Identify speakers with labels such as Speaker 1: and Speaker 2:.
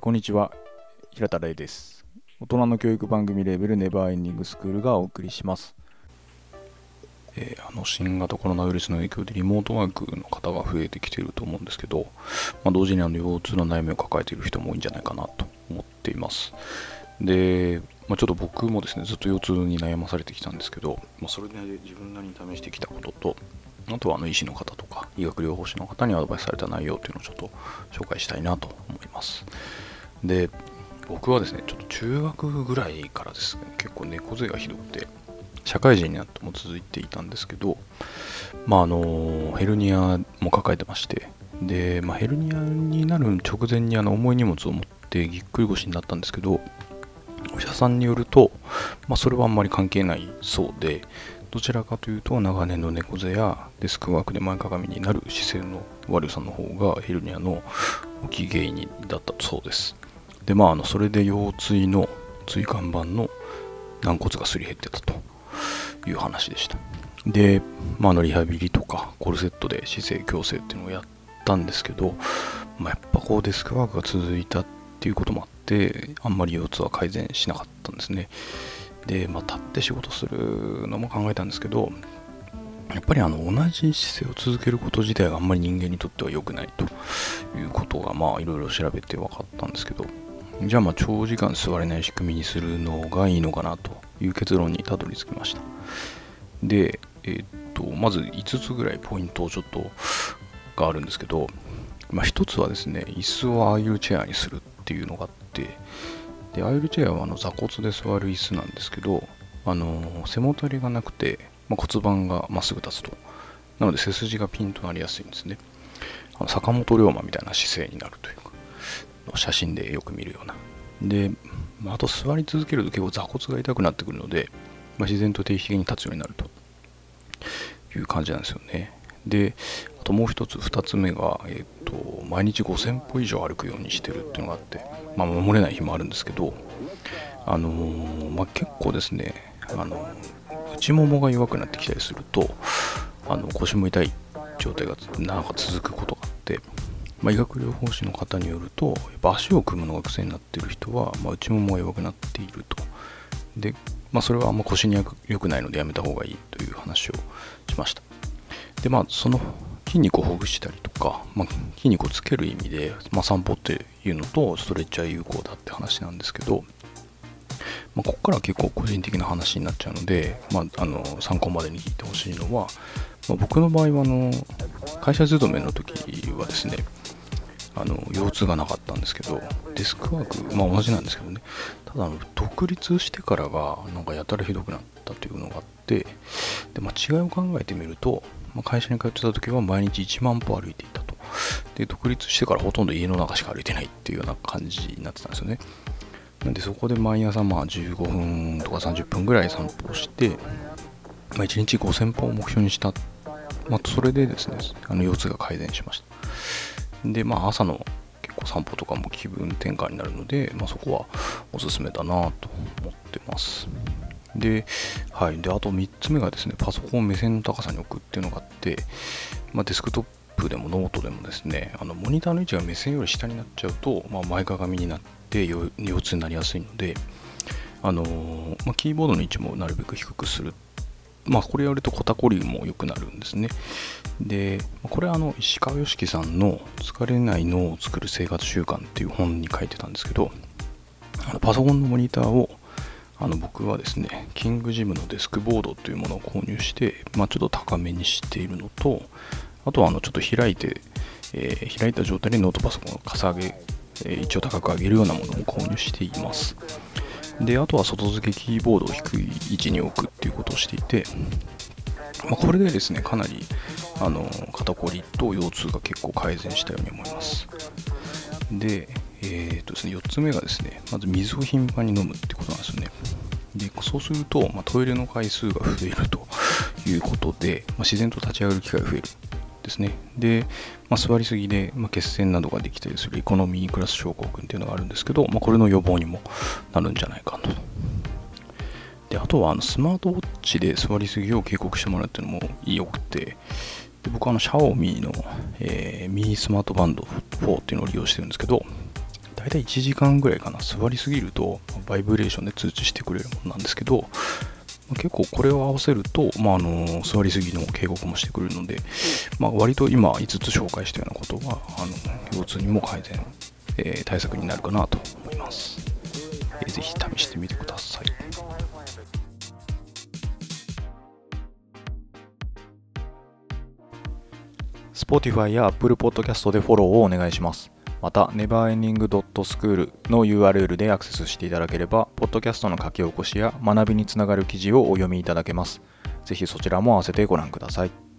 Speaker 1: こんにちは、平田玲です。大人の教育番組レーベルネバーエンディングスクールがお送りします。新型コロナウイルスの影響でリモートワークの方が増えてきていると思うんですけど、同時に腰痛の悩みを抱えている人も多いんじゃないかなと思っています。で、ちょっと僕もですね、ずっと腰痛に悩まされてきたんですけど、それで自分なりに試してきたことと、あとは医師の方とか医学療法士の方にアドバイスされた内容というのをちょっと紹介したいなと思います。で、僕はですね、ちょっと中学ぐらいからですね、結構猫背がひどくて、社会人になっても続いていたんですけど、ヘルニアも抱えてまして、で、ヘルニアになる直前に重い荷物を持ってぎっくり腰になったんですけど、お医者さんによると、それはあんまり関係ないそうで、どちらかというと長年の猫背やデスクワークで前かがみになる姿勢の悪さの方がヘルニアの起き原因だったそうです。で、それで腰椎の椎間板の軟骨がすり減ってたという話でした。で、リハビリとかコルセットで姿勢矯正っていうのをやったんですけど、やっぱデスクワークが続いたっていうこともあって、あんまり腰痛は改善しなかったんですね。で、立って仕事するのも考えたんですけど、やっぱり同じ姿勢を続けること自体があんまり人間にとっては良くないということがいろいろ調べて分かったんですけど、じゃあ長時間座れない仕組みにするのがいいのかなという結論にたどり着きました。で、まず5つぐらいポイントをちょっとがあるんですけど、1つはですね、椅子をアーユルチェアにするっていうのがあって、でアーユルチェアは座骨で座る椅子なんですけど、背もたれがなくて、骨盤がまっすぐ立つと。なので背筋がピンとなりやすいんですね。坂本龍馬みたいな姿勢になるというか、写真でよく見るような。で、あと座り続けると結構座骨が痛くなってくるので、自然と定期的に立つようになるという感じなんですよね。で、あともう一つ、二つ目が、毎日5000歩以上歩くようにしてるっていうのがあって、守れない日もあるんですけど、結構ですね、内ももが弱くなってきたりすると、腰も痛い状態が長く続くことがあって、医学療法士の方によると、やっぱ足を組むのが癖になっている人は、内ももが弱くなっていると。で、それはあんま腰に良くないのでやめた方がいいという話をしました。で、その筋肉をほぐしたりとか、筋肉をつける意味で、散歩っていうのとストレッチは有効だって話なんですけど、ここからは結構個人的な話になっちゃうので、参考までに聞いてほしいのは、僕の場合は会社勤めの時はですね、腰痛がなかったんですけど、デスクワーク、同じなんですけどね、ただ独立してからがやたらひどくなったというのがあって、で、違いを考えてみると、会社に通ってた時は毎日1万歩歩いていたと。で、独立してからほとんど家の中しか歩いてないっていうような感じになってたんですよね。なんでそこで毎朝15分とか30分ぐらい散歩をして、1日5000歩を目標にした。それでですね、腰痛が改善しました。で、朝の結構散歩とかも気分転換になるので、そこはおすすめだなと思ってます。で、はい。で、あと3つ目がですね、パソコンを目線の高さに置くっていうのがあって、デスクトップでもノートでもですね、モニターの位置が目線より下になっちゃうと、前かがみになって腰痛になりやすいので、キーボードの位置もなるべく低くする。これやると肩こりも良くなるんですね。で、これは石川良樹さんの疲れない脳を作る生活習慣っていう本に書いてたんですけど、パソコンのモニターを僕はですね、キングジムのデスクボードというものを購入して、ちょっと高めにしているのと、あとはちょっと開いた状態でノートパソコンをかさ上げ、位置を高く上げるようなものも購入しています。で、あとは外付けキーボードを低い位置に置くっていうことをしていて、これでですね、かなり肩こりと腰痛が結構改善したように思います。で、ですね、4つ目がですね、まず水を頻繁に飲むってことなんですよね。で、そうすると、トイレの回数が増えるということで、自然と立ち上がる機会が増えるですね。で、座りすぎで、血栓などができたりするエコノミークラス症候群っていうのがあるんですけど、これの予防にもなるんじゃないかと。で、あとはスマートウォッチで座りすぎを警告してもらうっていうのも良くて、で、僕はシャオミの、ミースマートバンド4っていうのを利用してるんですけど、 だいたい1時間ぐらいかな、座りすぎるとバイブレーションで通知してくれるものなんですけど、結構これを合わせると、座りすぎの警告もしてくれるので、割と今5つ紹介したようなことは腰痛にも改善、対策になるかなと思います。ぜひ試してみてください。Spotify や Apple Podcast でフォローをお願いします。また、neverending.school の URL でアクセスしていただければ、ポッドキャストの書き起こしや学びにつながる記事をお読みいただけます。ぜひそちらも合わせてご覧ください。